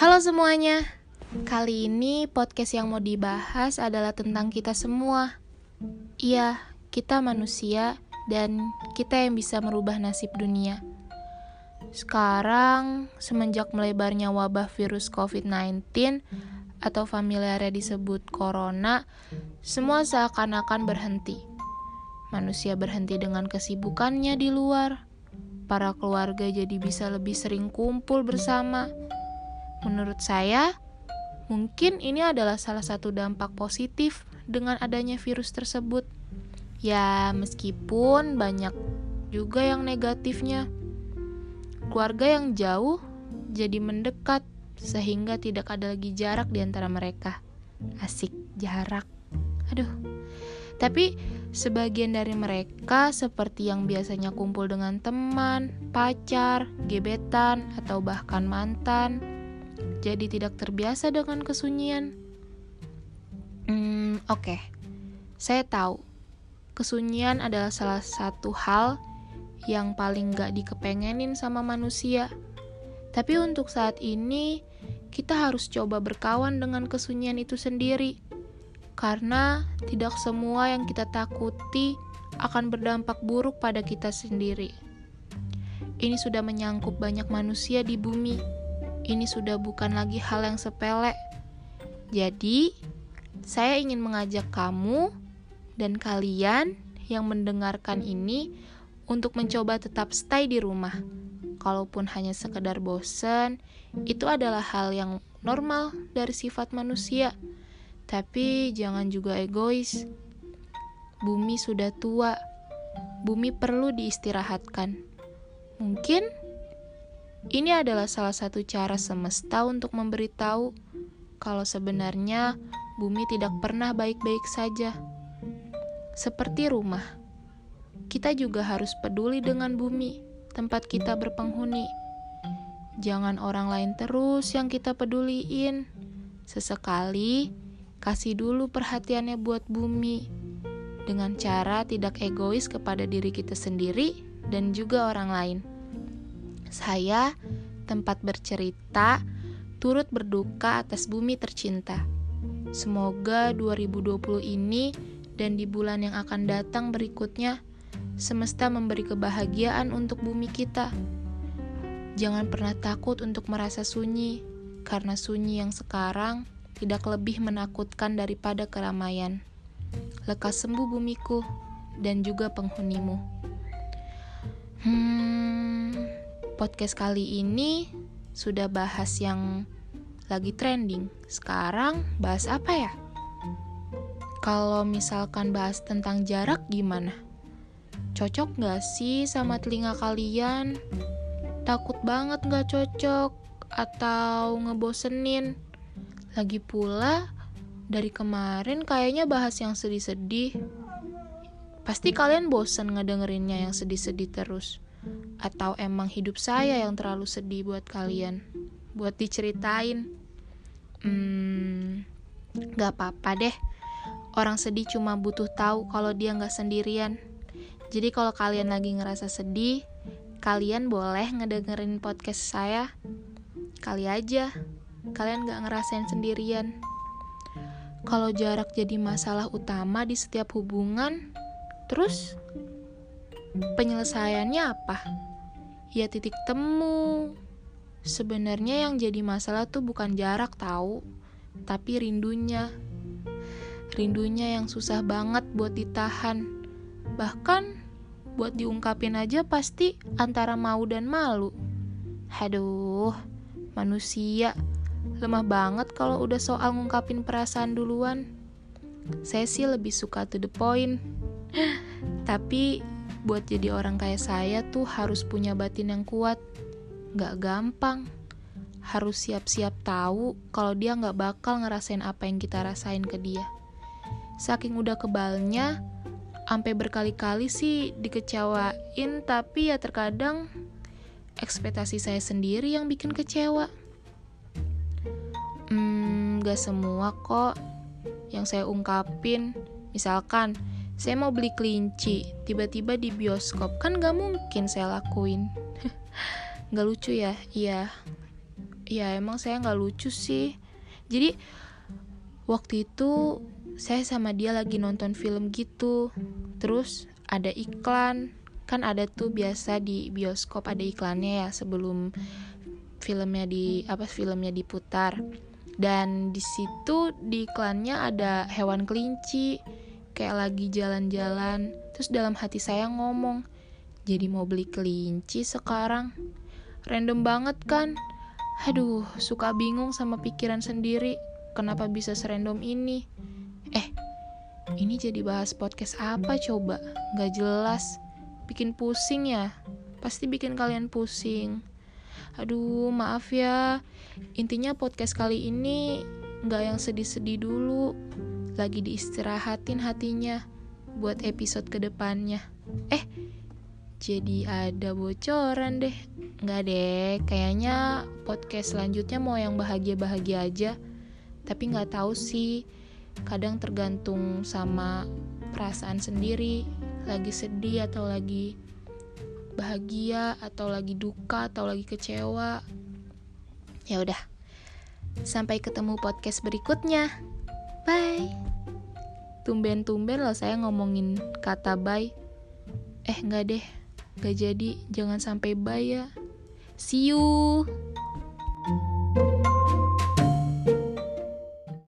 Halo semuanya, kali ini podcast yang mau dibahas adalah tentang kita semua. Iya, kita manusia dan kita yang bisa merubah nasib dunia. Sekarang, semenjak melebarnya wabah virus COVID-19 atau familiarnya disebut corona, semua seakan-akan berhenti. Manusia berhenti dengan kesibukannya di luar. Para keluarga jadi bisa lebih sering kumpul bersama. Menurut saya, mungkin ini adalah salah satu dampak positif dengan adanya virus tersebut. Ya, meskipun banyak juga yang negatifnya. Keluarga yang jauh jadi mendekat, sehingga tidak ada lagi jarak di antara mereka. Asik, jarak. Aduh. Tapi sebagian dari mereka seperti yang biasanya kumpul dengan teman, pacar, gebetan, atau bahkan mantan, jadi tidak terbiasa dengan kesunyian. Oke. Saya tahu, kesunyian adalah salah satu hal yang paling gak dikepengenin sama manusia. Tapi untuk saat ini, kita harus coba berkawan dengan kesunyian itu sendiri. Karena tidak semua yang kita takuti akan berdampak buruk pada kita sendiri. Ini sudah menyangkut banyak manusia di bumi. Ini sudah bukan lagi hal yang sepele. Jadi, saya ingin mengajak kamu dan kalian yang mendengarkan ini untuk mencoba tetap stay di rumah. Kalaupun hanya sekedar bosan, itu adalah hal yang normal dari sifat manusia. Tapi jangan juga egois. Bumi sudah tua. Bumi perlu diistirahatkan. Mungkin ini adalah salah satu cara semesta untuk memberitahu kalau sebenarnya bumi tidak pernah baik-baik saja. Seperti rumah, kita juga harus peduli dengan bumi, tempat kita berpenghuni. Jangan orang lain terus yang kita peduliin. Sesekali, kasih dulu perhatiannya buat bumi, dengan cara tidak egois kepada diri kita sendiri dan juga orang lain. Saya, tempat bercerita, turut berduka atas bumi tercinta. Semoga 2020 ini dan di bulan yang akan datang berikutnya, semesta memberi kebahagiaan untuk bumi kita. Jangan pernah takut untuk merasa sunyi, karena sunyi yang sekarang tidak lebih menakutkan daripada keramaian. Lekas sembuh bumiku dan juga penghunimu. Podcast kali ini sudah bahas yang lagi trending. Sekarang bahas apa ya? Kalau misalkan bahas tentang jarak gimana? Cocok gak sih sama telinga kalian? Takut banget gak cocok? Atau ngebosenin? Lagi pula, dari kemarin kayaknya bahas yang sedih-sedih. Pasti kalian bosan ngedengerinnya yang sedih-sedih terus. Atau emang hidup saya yang terlalu sedih buat kalian, buat diceritain. Gak apa-apa deh. Orang sedih cuma butuh tahu kalau dia gak sendirian. Jadi kalau kalian lagi ngerasa sedih, kalian boleh ngedengerin podcast saya. Kali aja kalian gak ngerasain sendirian. Kalau jarak jadi masalah utama di setiap hubungan, terus penyelesaiannya apa? Ya titik temu. Sebenarnya yang jadi masalah tuh bukan jarak tahu, tapi rindunya. Rindunya yang susah banget buat ditahan. Bahkan buat diungkapin aja pasti antara mau dan malu. Aduh, manusia lemah banget kalau udah soal ngungkapin perasaan duluan. Saya sih lebih suka to the point. Tapi buat jadi orang kayak saya tuh harus punya batin yang kuat. Gak gampang. Harus siap-siap tahu kalau dia gak bakal ngerasain apa yang kita rasain ke dia. Saking udah kebalnya, sampai berkali-kali sih dikecewain, tapi ya terkadang ekspektasi saya sendiri yang bikin kecewa. Gak semua kok yang saya ungkapin. Misalkan saya mau beli kelinci, tiba-tiba di bioskop, kan gak mungkin saya lakuin. Gak lucu ya? Iya. ya emang saya nggak lucu sih. Jadi waktu itu saya sama dia lagi nonton film gitu, terus ada iklan. Kan ada tuh biasa di bioskop ada iklannya ya sebelum filmnya diputar. Dan di situ di iklannya ada hewan kelinci kayak lagi jalan-jalan. Terus dalam hati saya ngomong, jadi mau beli kelinci sekarang. Random banget kan? Aduh, suka bingung sama pikiran sendiri. Kenapa bisa serandom ini? Ini jadi bahas podcast apa coba? Gak jelas. Bikin pusing ya? Pasti bikin kalian pusing. Aduh, maaf ya. Intinya podcast kali ini gak yang sedih-sedih dulu. Lagi diistirahatin hatinya buat episode kedepannya. Jadi ada bocoran deh. Gak deh, kayaknya podcast selanjutnya mau yang bahagia-bahagia aja. Tapi gak tahu sih, kadang tergantung sama perasaan sendiri. Lagi sedih atau lagi bahagia atau lagi duka atau lagi kecewa. Ya udah. Sampai ketemu podcast berikutnya. Bye. Tumben-tumben loh saya ngomongin kata bye. Enggak deh. Gak jadi, jangan sampai bye ya. See you.